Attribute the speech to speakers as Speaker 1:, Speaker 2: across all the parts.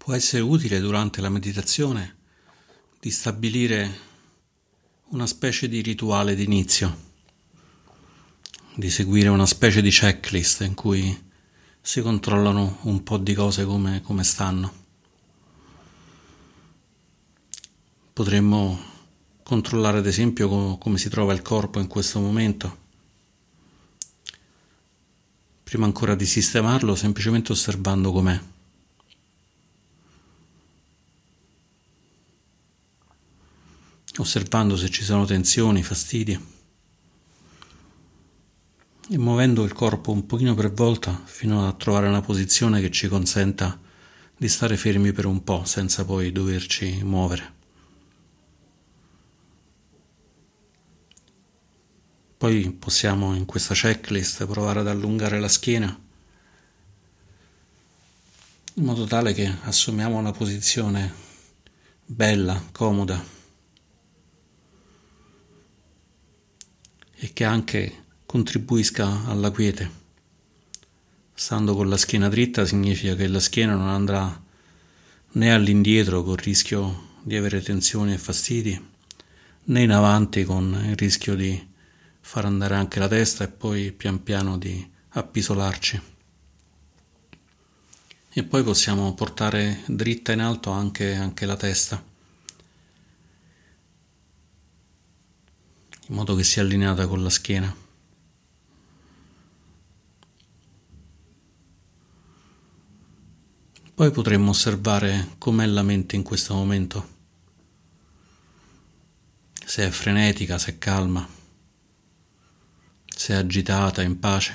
Speaker 1: Può essere utile durante la meditazione di stabilire una specie di rituale d'inizio, di seguire una specie di checklist in cui si controllano un po' di cose come stanno. Potremmo controllare ad esempio come si trova il corpo in questo momento. Prima ancora di sistemarlo, semplicemente osservando com'è. Osservando se ci sono tensioni, fastidi e muovendo il corpo un pochino per volta fino a trovare una posizione che ci consenta di stare fermi per un po' senza poi doverci muovere. Poi possiamo in questa checklist provare ad allungare la schiena in modo tale che assumiamo una posizione bella, comoda e che anche contribuisca alla quiete. Stando con la schiena dritta significa che la schiena non andrà né all'indietro col rischio di avere tensioni e fastidi, né in avanti con il rischio di far andare anche la testa e poi pian piano di appisolarci. E poi possiamo portare dritta in alto anche la testa, in modo che sia allineata con la schiena. Poi potremmo osservare com'è la mente in questo momento, se è frenetica, se è calma, se è agitata, in pace.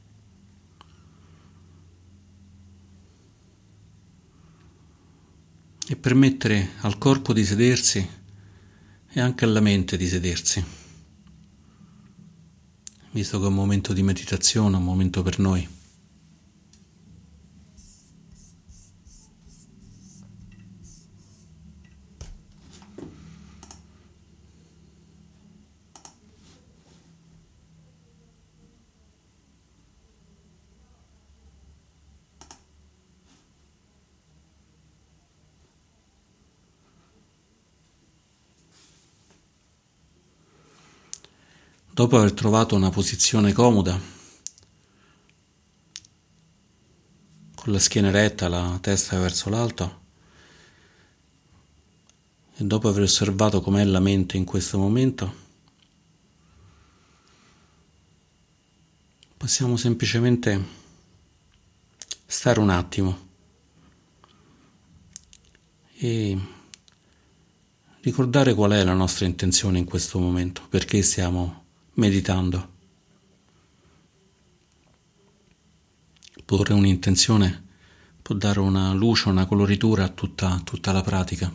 Speaker 1: E permettere al corpo di sedersi e anche alla mente di sedersi, visto che è un momento di meditazione, un momento per noi. Dopo aver trovato una posizione comoda, con la schiena eretta, la testa verso l'alto, e dopo aver osservato com'è la mente in questo momento, possiamo semplicemente stare un attimo e ricordare qual è la nostra intenzione in questo momento, perché stiamo meditando. Porre un'intenzione può dare una luce, una coloritura a tutta la pratica.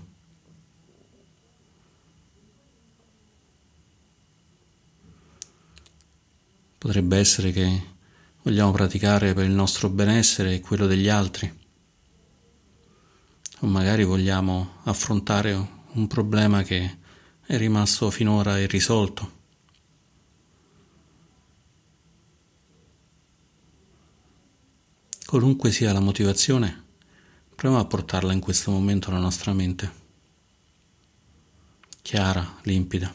Speaker 1: Potrebbe essere che vogliamo praticare per il nostro benessere e quello degli altri, o magari vogliamo affrontare un problema che è rimasto finora irrisolto. Qualunque sia la motivazione, proviamo a portarla in questo momento alla nostra mente, chiara, limpida.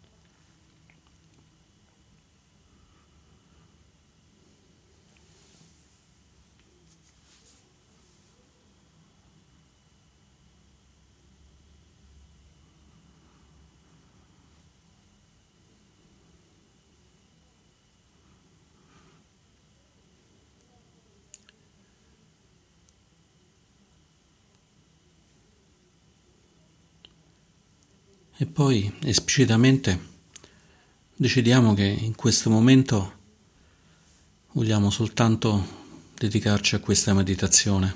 Speaker 1: E poi esplicitamente decidiamo che in questo momento vogliamo soltanto dedicarci a questa meditazione,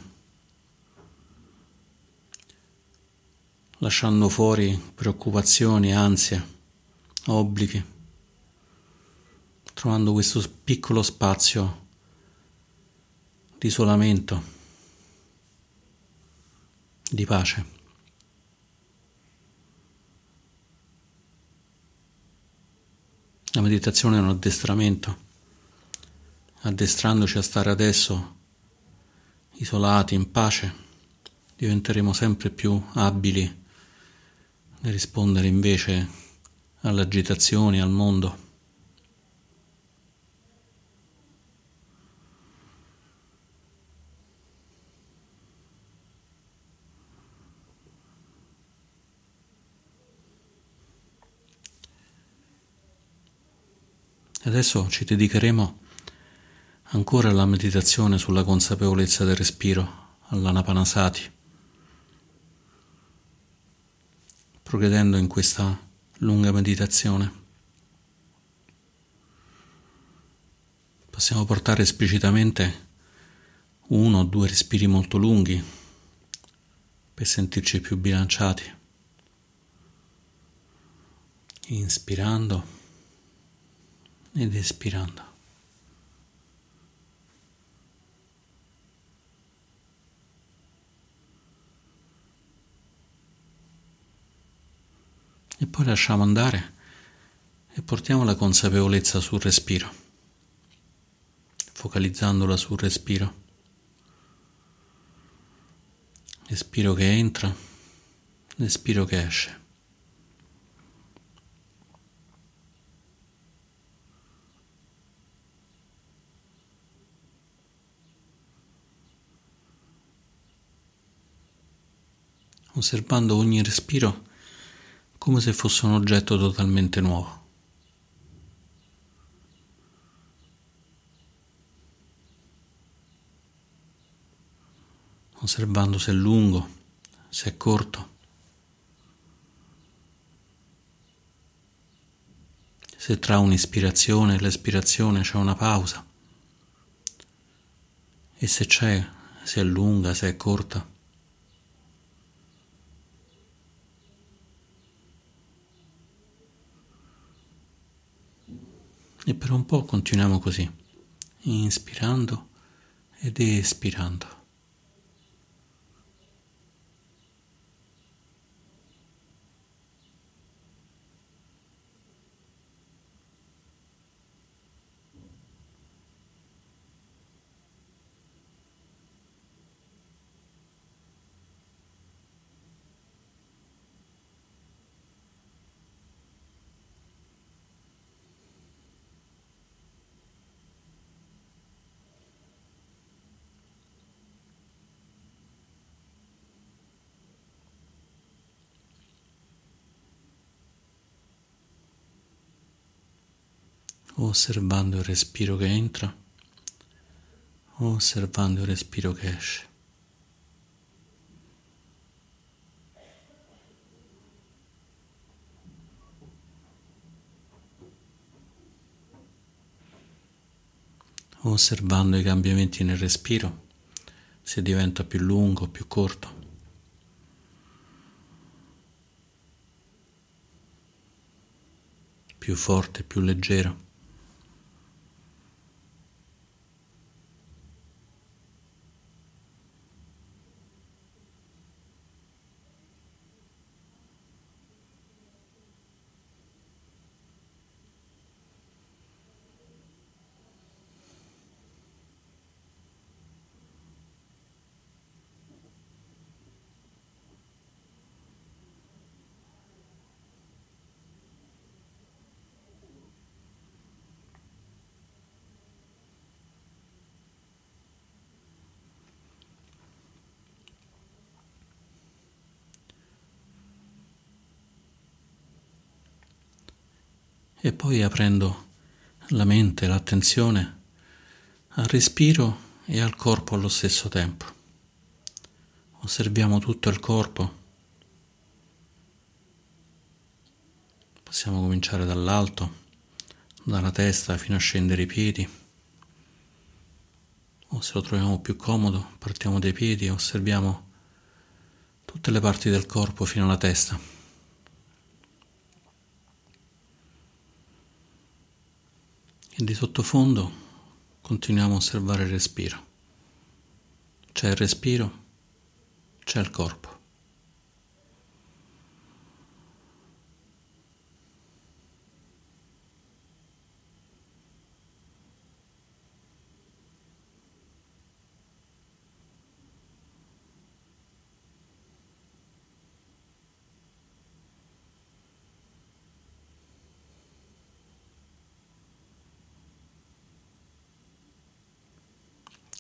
Speaker 1: lasciando fuori preoccupazioni, ansie, obblighi, trovando questo piccolo spazio di isolamento, di pace. La meditazione è un addestramento, addestrandoci a stare adesso isolati, in pace, diventeremo sempre più abili nel rispondere invece alle agitazioni, al mondo. Adesso ci dedicheremo ancora alla meditazione sulla consapevolezza del respiro, all'Anapanasati, progredendo in questa lunga meditazione. Possiamo portare esplicitamente 1 o 2 respiri molto lunghi per sentirci più bilanciati, inspirando ed espirando. E poi lasciamo andare e portiamo la consapevolezza sul respiro, focalizzandola sul respiro. Respiro che entra, respiro che esce. Osservando ogni respiro come se fosse un oggetto totalmente nuovo. Osservando se è lungo, se è corto, se tra un'ispirazione e l'espirazione c'è una pausa e se c'è, se è lunga, se è corta. E per un po' continuiamo così, inspirando ed espirando. Osservando il respiro che entra, osservando il respiro che esce. Osservando i cambiamenti nel respiro, se diventa più lungo o più corto. Più forte, più leggero. E poi aprendo la mente, l'attenzione al respiro e al corpo allo stesso tempo. Osserviamo tutto il corpo. Possiamo cominciare dall'alto, dalla testa fino a scendere i piedi. O se lo troviamo più comodo, partiamo dai piedi e osserviamo tutte le parti del corpo fino alla testa. E di sottofondo continuiamo a osservare il respiro. C'è il respiro, c'è il corpo.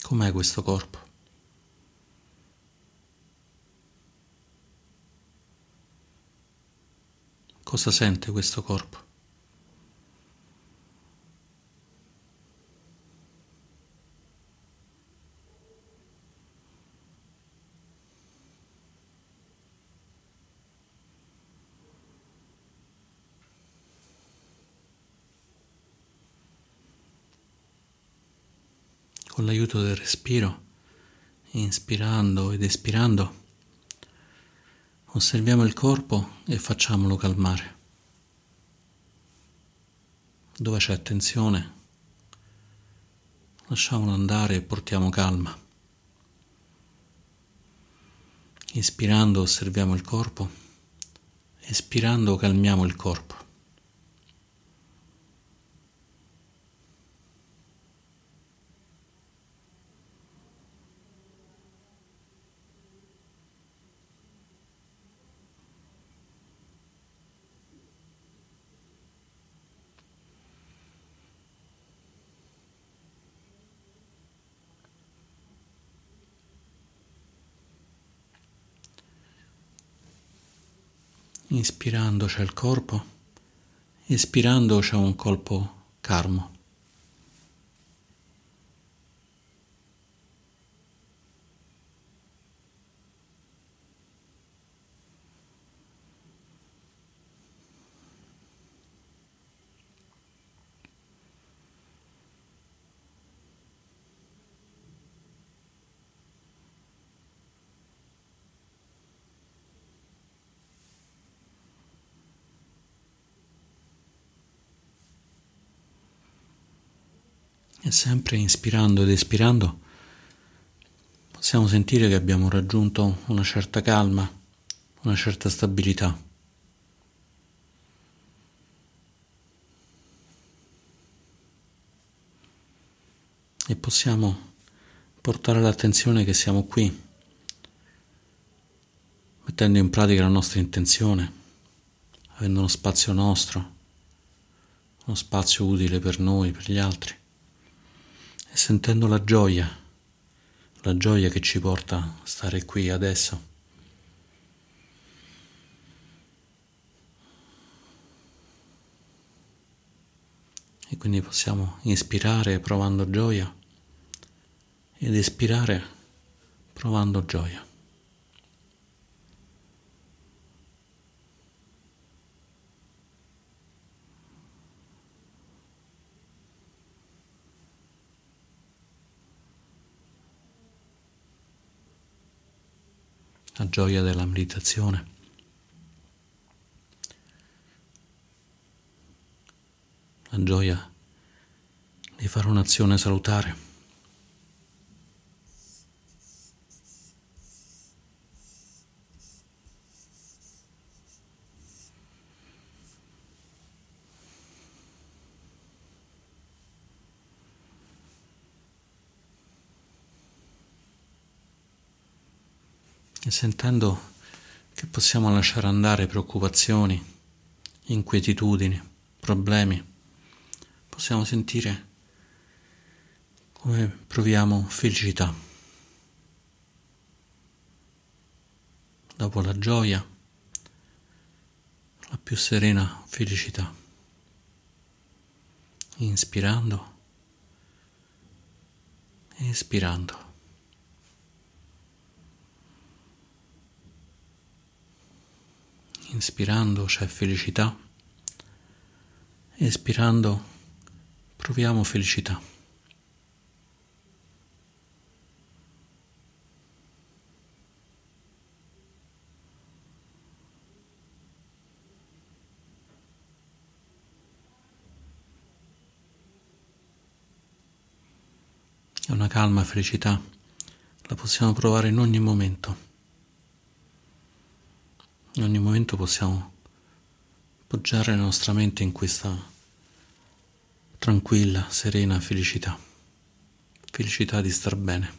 Speaker 1: Com'è questo corpo? Cosa sente questo corpo? Con l'aiuto del respiro, inspirando ed espirando, osserviamo il corpo e facciamolo calmare. Dove c'è tensione, lasciamolo andare e portiamo calma. Ispirando osserviamo il corpo, espirando calmiamo il corpo. Inspirando c'è il corpo, espirando c'è un colpo calmo. E sempre inspirando ed espirando possiamo sentire che abbiamo raggiunto una certa calma, una certa stabilità. E possiamo portare l'attenzione che siamo qui, mettendo in pratica la nostra intenzione, avendo uno spazio nostro, uno spazio utile per noi, per gli altri, e sentendo la gioia che ci porta a stare qui adesso. E quindi possiamo inspirare provando gioia ed espirare provando gioia. La gioia della meditazione, la gioia di fare un'azione salutare. E sentendo che possiamo lasciare andare preoccupazioni, inquietudini, problemi, possiamo sentire come proviamo felicità. Dopo la gioia, la più serena felicità. Inspirando e espirando. Inspirando c'è felicità, espirando proviamo felicità. È una calma felicità, la possiamo provare in ogni momento. In ogni momento possiamo poggiare la nostra mente in questa tranquilla, serena felicità. Felicità di star bene.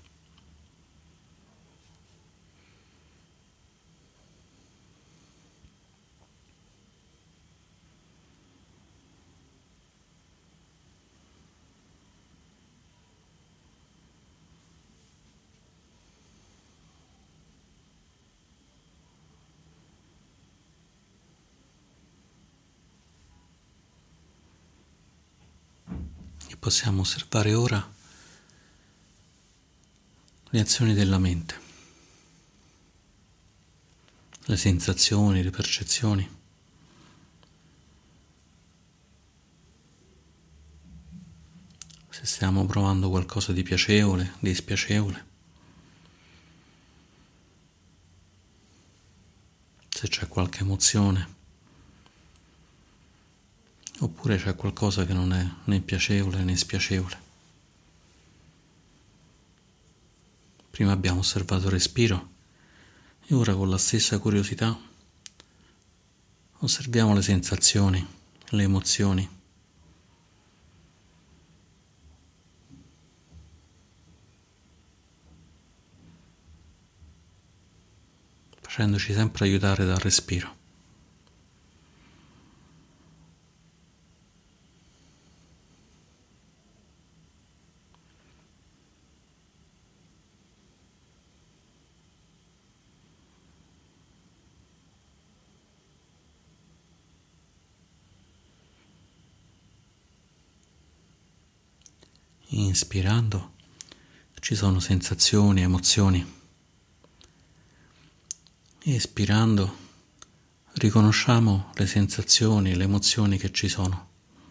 Speaker 1: possiamo osservare ora le azioni della mente, le sensazioni, le percezioni. Se stiamo provando qualcosa di piacevole, di spiacevole, se c'è qualche emozione, oppure c'è qualcosa che non è né piacevole né spiacevole. Prima abbiamo osservato il respiro e ora con la stessa curiosità osserviamo le sensazioni, le emozioni. Facendoci sempre aiutare dal respiro. Inspirando ci sono sensazioni, emozioni. Espirando riconosciamo le sensazioni, le emozioni che ci sono.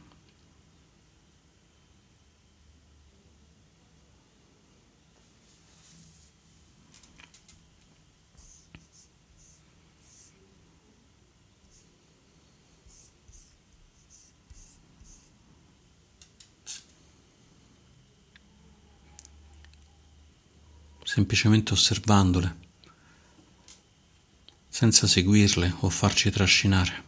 Speaker 1: Semplicemente osservandole, senza seguirle o farci trascinare.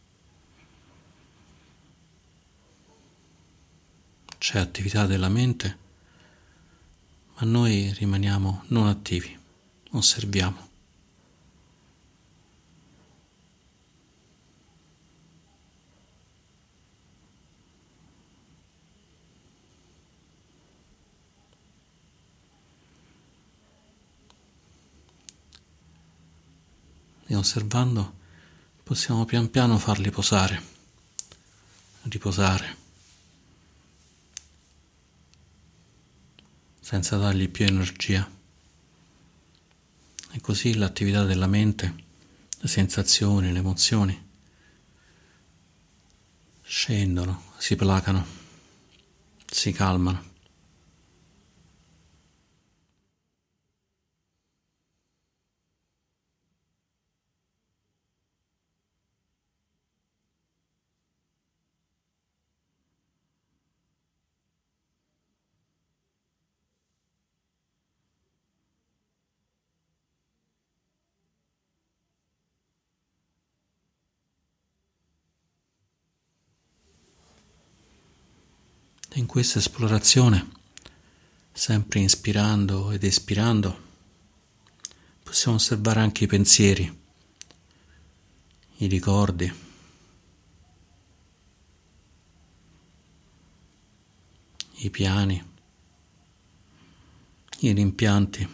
Speaker 1: C'è attività della mente, ma noi rimaniamo non attivi, osserviamo. E osservando possiamo pian piano farli posare, riposare, senza dargli più energia. E così l'attività della mente, le sensazioni, le emozioni scendono, si placano, si calmano. E in questa esplorazione, sempre inspirando ed espirando, possiamo osservare anche i pensieri, i ricordi, i piani, i rimpianti,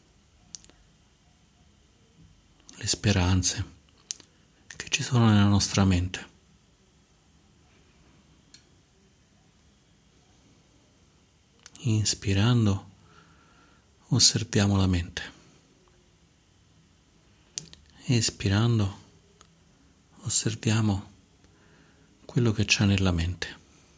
Speaker 1: le speranze che ci sono nella nostra mente. Inspirando osserviamo la mente. Espirando osserviamo quello che c'è nella mente.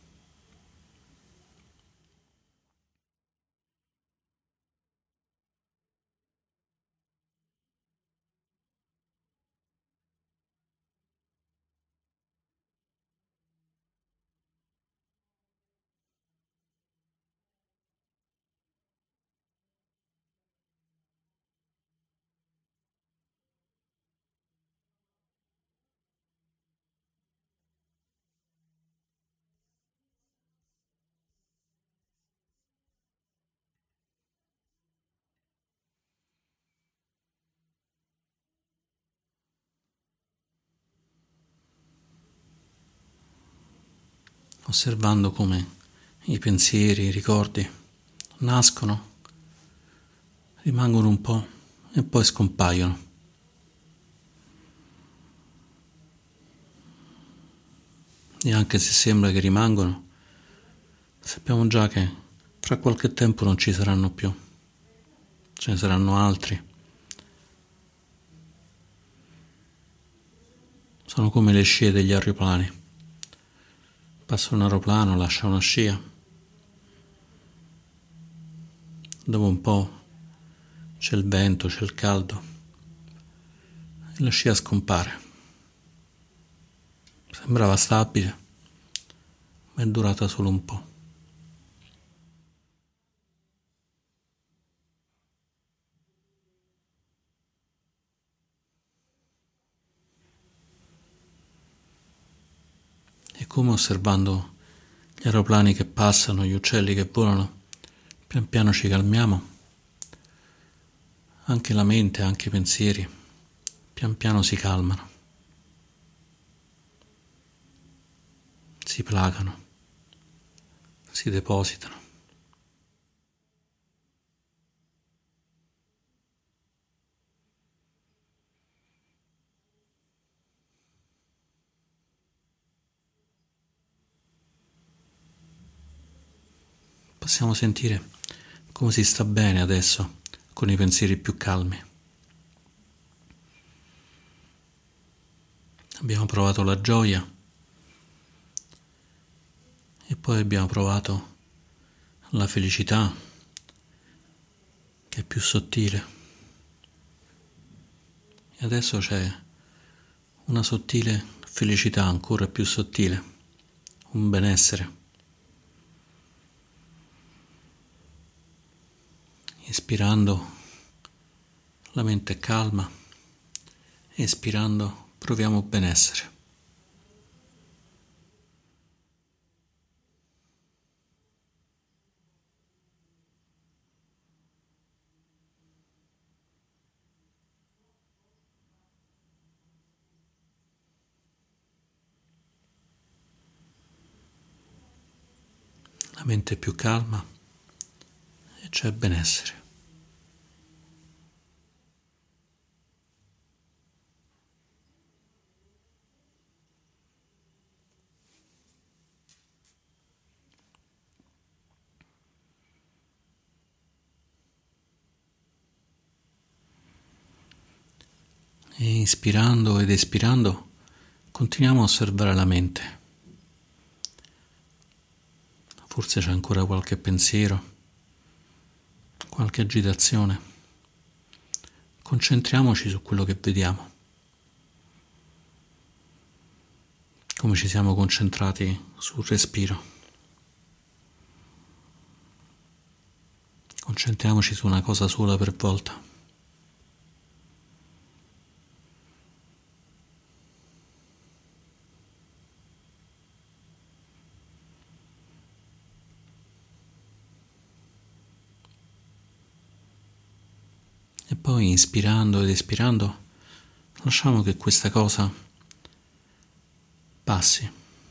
Speaker 1: Osservando come i pensieri, i ricordi nascono, rimangono un po' e poi scompaiono. E anche se sembra che rimangono, sappiamo già che fra qualche tempo non ci saranno più, ce ne saranno altri. Sono come le scie degli aeroplani. Passa un aeroplano, lascia una scia. Dopo un po' c'è il vento, c'è il caldo e la scia scompare. Sembrava stabile, ma è durata solo un po'. E come osservando gli aeroplani che passano, gli uccelli che volano, pian piano ci calmiamo, anche la mente, anche i pensieri, pian piano si calmano, si placano, si depositano. Possiamo sentire come si sta bene adesso con i pensieri più calmi. Abbiamo provato la gioia e poi abbiamo provato la felicità, che è più sottile. E adesso c'è una sottile felicità ancora più sottile, un benessere. Ispirando la mente è calma, espirando proviamo benessere. La mente è più calma e c'è benessere. E inspirando ed espirando continuiamo a osservare la mente. Forse c'è ancora qualche pensiero, qualche agitazione. Concentriamoci su quello che vediamo. Come ci siamo concentrati sul respiro. Concentriamoci su una cosa sola per volta. E poi inspirando ed espirando lasciamo che questa cosa passi.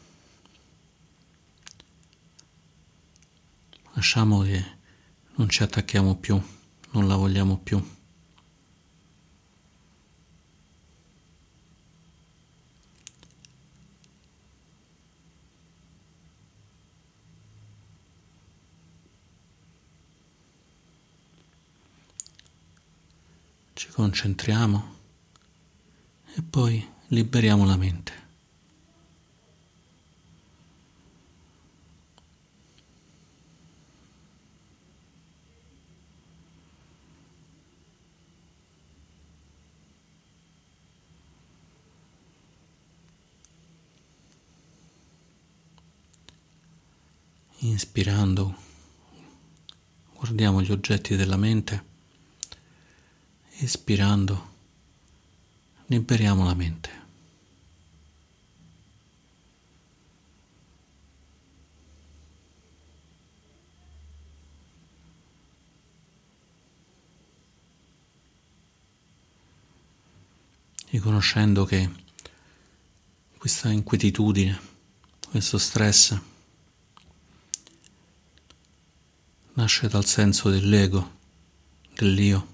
Speaker 1: Lasciamo che non ci attacchiamo più, non la vogliamo più. Ci concentriamo e poi liberiamo la mente. Inspirando, guardiamo gli oggetti della mente, espirando, liberiamo la mente. Riconoscendo che questa inquietudine, questo stress nasce dal senso dell'ego, dell'io,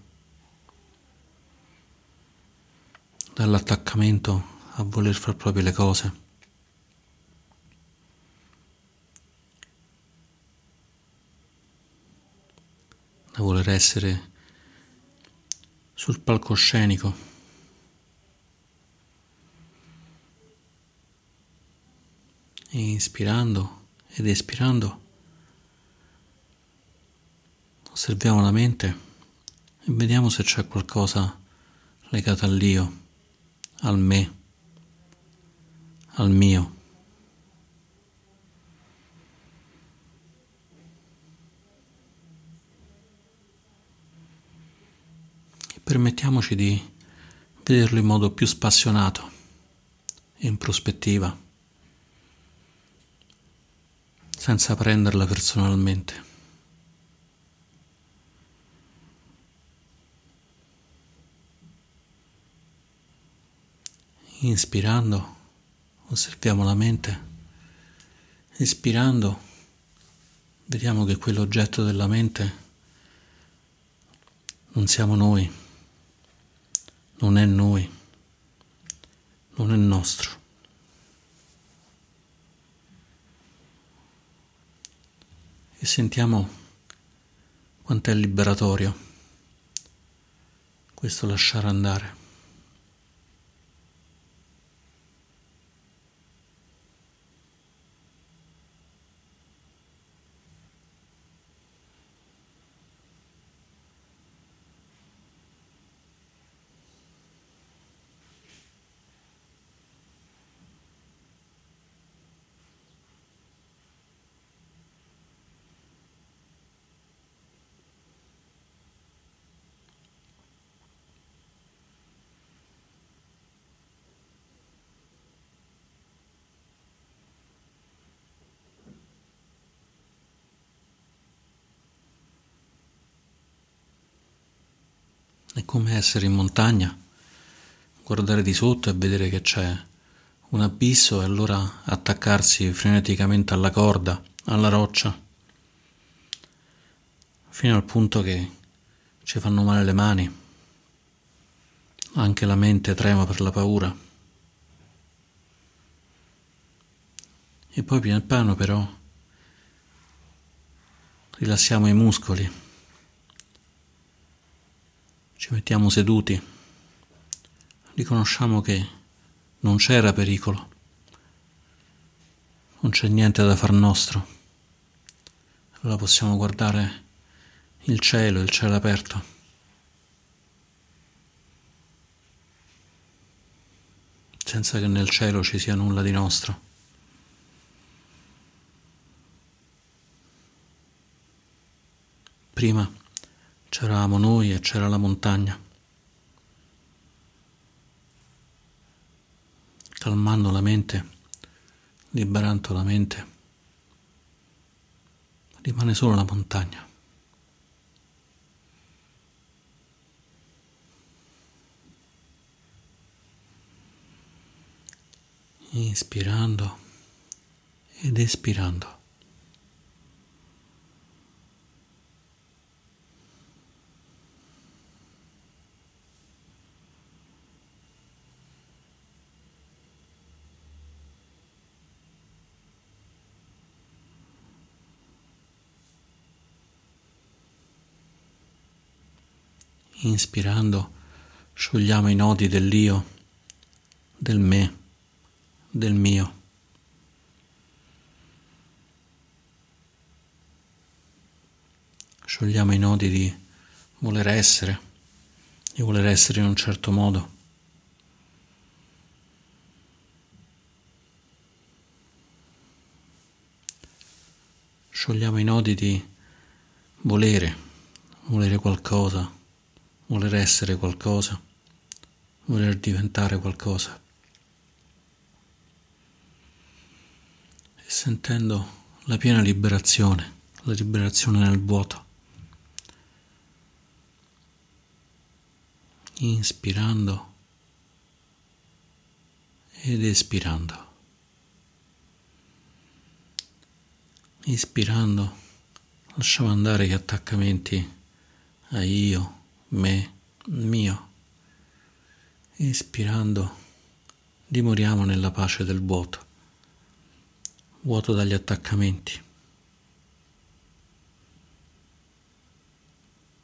Speaker 1: dall'attaccamento a voler far proprie le cose. da voler essere sul palcoscenico. E inspirando ed espirando osserviamo la mente e vediamo se c'è qualcosa legato all'io, al me, al mio. E permettiamoci di vederlo in modo più spassionato e in prospettiva, senza prenderla personalmente. Inspirando osserviamo la mente, espirando vediamo che quell'oggetto della mente non siamo noi, non è noi, non è nostro. E sentiamo quanto è liberatorio questo lasciare andare. È come essere in montagna, guardare di sotto e vedere che c'è un abisso e allora attaccarsi freneticamente alla corda, alla roccia, fino al punto che ci fanno male le mani, anche la mente trema per la paura. E poi pian piano però rilassiamo i muscoli, ci mettiamo seduti, riconosciamo che non c'era pericolo, non c'è niente da far nostro. Allora possiamo guardare il cielo aperto. Senza che nel cielo ci sia nulla di nostro. Prima c'eravamo noi e c'era la montagna. Calmando la mente, liberando la mente, rimane solo la montagna. Inspirando ed espirando. Inspirando sciogliamo i nodi dell'io, del me, del mio. Sciogliamo i nodi di voler essere, di voler essere in un certo modo. Sciogliamo i nodi di volere qualcosa, voler essere qualcosa, voler diventare qualcosa. E sentendo la piena liberazione, la liberazione nel vuoto. Inspirando ed espirando. Ispirando lasciamo andare gli attaccamenti a io, me, mio. Ispirando dimoriamo nella pace del vuoto, vuoto dagli attaccamenti.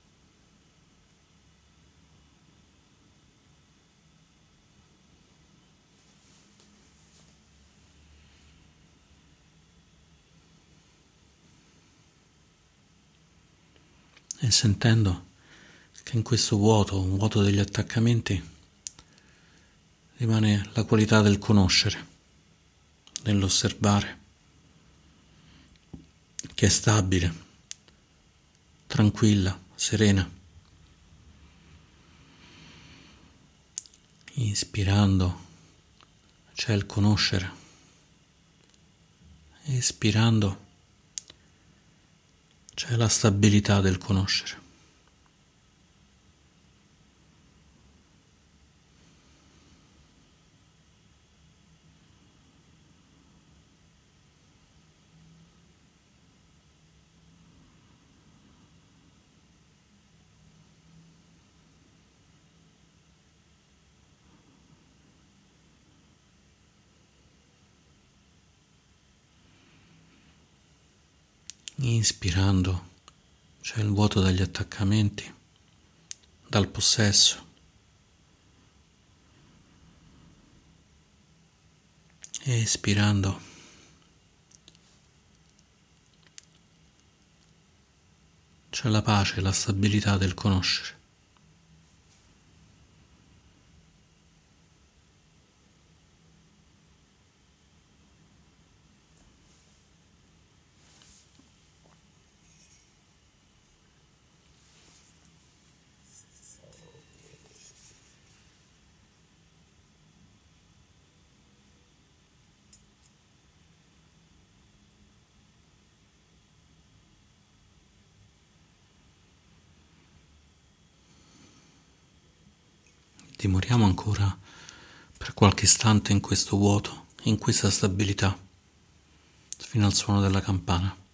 Speaker 1: e sentendo che in questo vuoto, un vuoto degli attaccamenti, rimane la qualità del conoscere, dell'osservare, che è stabile, tranquilla, serena. Inspirando c'è il conoscere, espirando c'è la stabilità del conoscere. Inspirando c'è il vuoto dagli attaccamenti, dal possesso. Espirando c'è la pace, la stabilità del conoscere. Dimoriamo ancora per qualche istante in questo vuoto, in questa stabilità, fino al suono della campana.